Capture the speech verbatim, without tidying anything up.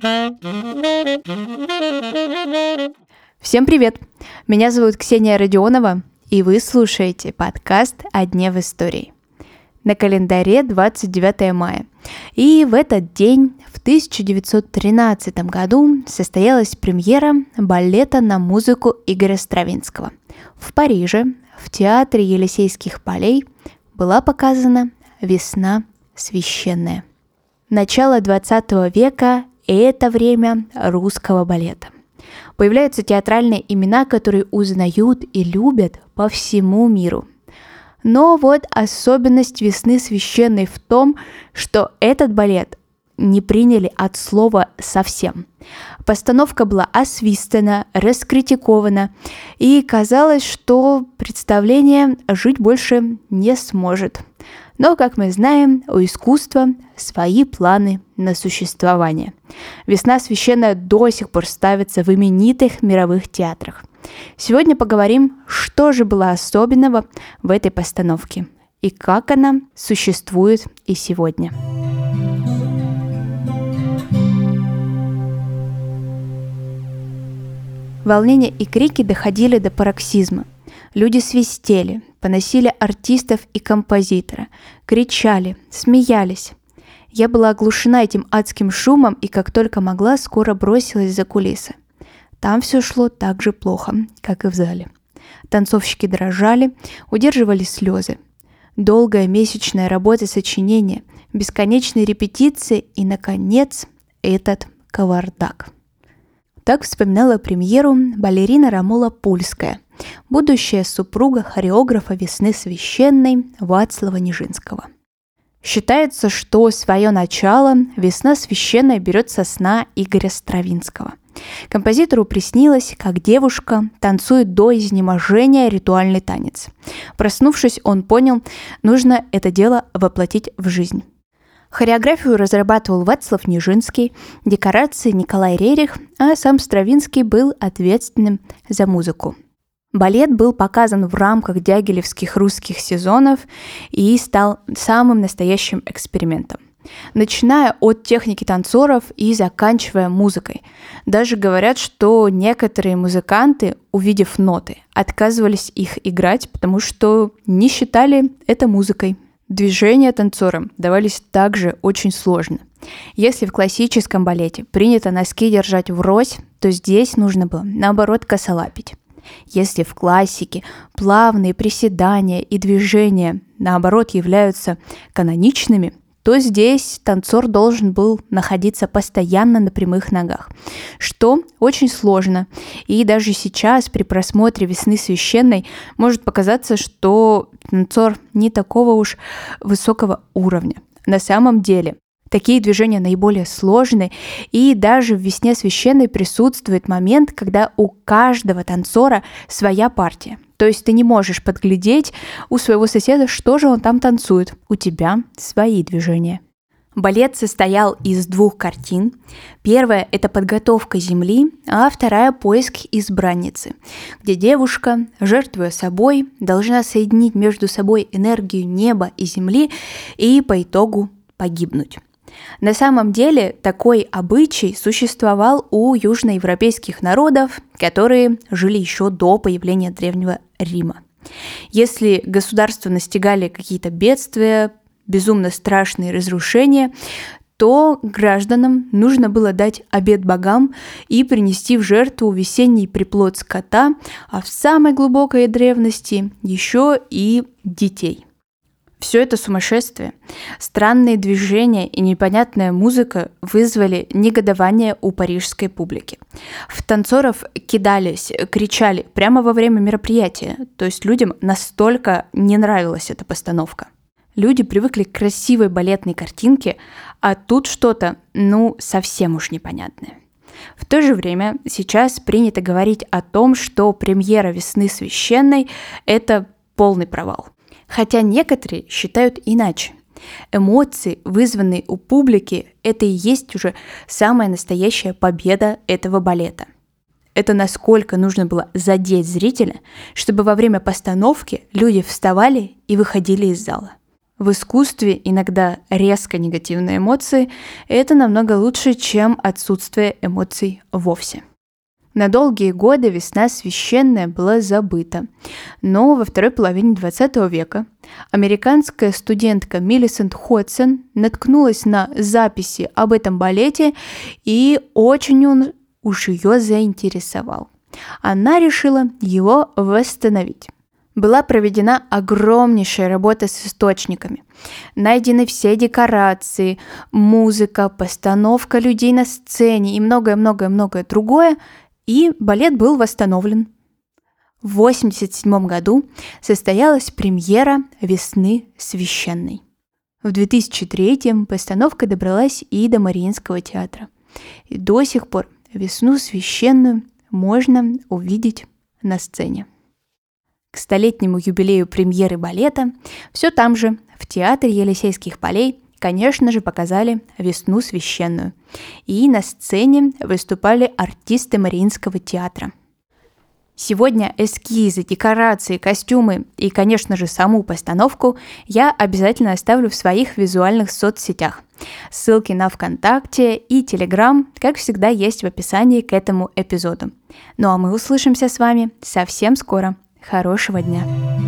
Всем привет! Меня зовут Ксения Родионова, и вы слушаете подкаст «О дне в истории». На календаре двадцать девятое мая, и в этот день, в тысяча девятьсот тринадцатом году, состоялась премьера балета на музыку Игоря Стравинского. В Париже, в театре Елисейских полей, была показана «Весна священная». Начало двадцатого века – это время русского балета. Появляются театральные имена, которые узнают и любят по всему миру. Но вот особенность «Весны священной» в том, что этот балет не приняли от слова совсем. Постановка была освистана, раскритикована, и казалось, что представление жить больше не сможет. Но, как мы знаем, у искусства свои планы на существование. «Весна священная» до сих пор ставится в именитых мировых театрах. Сегодня поговорим, что же было особенного в этой постановке и как она существует и сегодня. Волнения и крики доходили до пароксизма. Люди свистели, поносили артистов и композитора, кричали, смеялись. Я была оглушена этим адским шумом и, как только могла, скоро бросилась за кулисы. Там все шло так же плохо, как и в зале. Танцовщики дрожали, удерживали слезы. Долгая месячная работа сочинения, бесконечные репетиции и, наконец, этот кавардак. Так вспоминала премьеру балерина Рамола Пульская, будущая супруга хореографа «Весны священной» Вацлава Нижинского. Считается, что свое начало «Весна священная» берет со сна Игоря Стравинского. Композитору приснилось, как девушка танцует до изнеможения ритуальный танец. Проснувшись, он понял, нужно это дело воплотить в жизнь. Хореографию разрабатывал Вацлав Нижинский, декорации Николай Рерих, а сам Стравинский был ответственным за музыку. Балет был показан в рамках дягилевских русских сезонов и стал самым настоящим экспериментом. Начиная от техники танцоров и заканчивая музыкой. Даже говорят, что некоторые музыканты, увидев ноты, отказывались их играть, потому что не считали это музыкой. Движения танцорам давались также очень сложно. Если в классическом балете принято носки держать врозь, то здесь нужно было, наоборот, косолапить. Если в классике плавные приседания и движения, наоборот, являются каноничными, то здесь танцор должен был находиться постоянно на прямых ногах, что очень сложно. И даже сейчас при просмотре «Весны священной» может показаться, что танцор не такого уж высокого уровня. На самом деле такие движения наиболее сложные, и даже в «Весне священной» присутствует момент, когда у каждого танцора своя партия. То есть ты не можешь подглядеть у своего соседа, что же он там танцует. У тебя свои движения. Балет состоял из двух картин. Первая – это подготовка земли, а вторая – поиск избранницы, где девушка, жертвуя собой, должна соединить между собой энергию неба и земли и по итогу погибнуть. На самом деле такой обычай существовал у южноевропейских народов, которые жили еще до появления Древнего Рима. Если государства настигали какие-то бедствия, безумно страшные разрушения, то гражданам нужно было дать обет богам и принести в жертву весенний приплод скота, а в самой глубокой древности еще и детей. Все это сумасшествие, странные движения и непонятная музыка вызвали негодование у парижской публики. В танцоров кидались, кричали прямо во время мероприятия, то есть людям настолько не нравилась эта постановка. Люди привыкли к красивой балетной картинке, а тут что-то, ну, совсем уж непонятное. В то же время сейчас принято говорить о том, что премьера «Весны священной» – это полный провал. Хотя некоторые считают иначе. Эмоции, вызванные у публики, это и есть уже самая настоящая победа этого балета. Это насколько нужно было задеть зрителя, чтобы во время постановки люди вставали и выходили из зала. В искусстве иногда резко негативные эмоции – это намного лучше, чем отсутствие эмоций вовсе. На долгие годы весна священная была забыта, но во второй половине двадцатого века американская студентка Милисент Ходсон наткнулась на записи об этом балете, и очень он уж ее заинтересовал. Она решила его восстановить. Была проведена огромнейшая работа с источниками. Найдены все декорации, музыка, постановка людей на сцене и многое-многое-многое другое, и балет был восстановлен. В восемьдесят седьмом году состоялась премьера «Весны священной». В две тысячи третьем постановка добралась и до Мариинского театра. И до сих пор «Весну священную» можно увидеть на сцене. К столетнему юбилею премьеры балета все там же, в Театре Елисейских полей, конечно же, показали «Весну священную». И на сцене выступали артисты Мариинского театра. Сегодня эскизы, декорации, костюмы и, конечно же, саму постановку я обязательно оставлю в своих визуальных соцсетях. Ссылки на ВКонтакте и Телеграм, как всегда, есть в описании к этому эпизоду. Ну а мы услышимся с вами совсем скоро. Хорошего дня!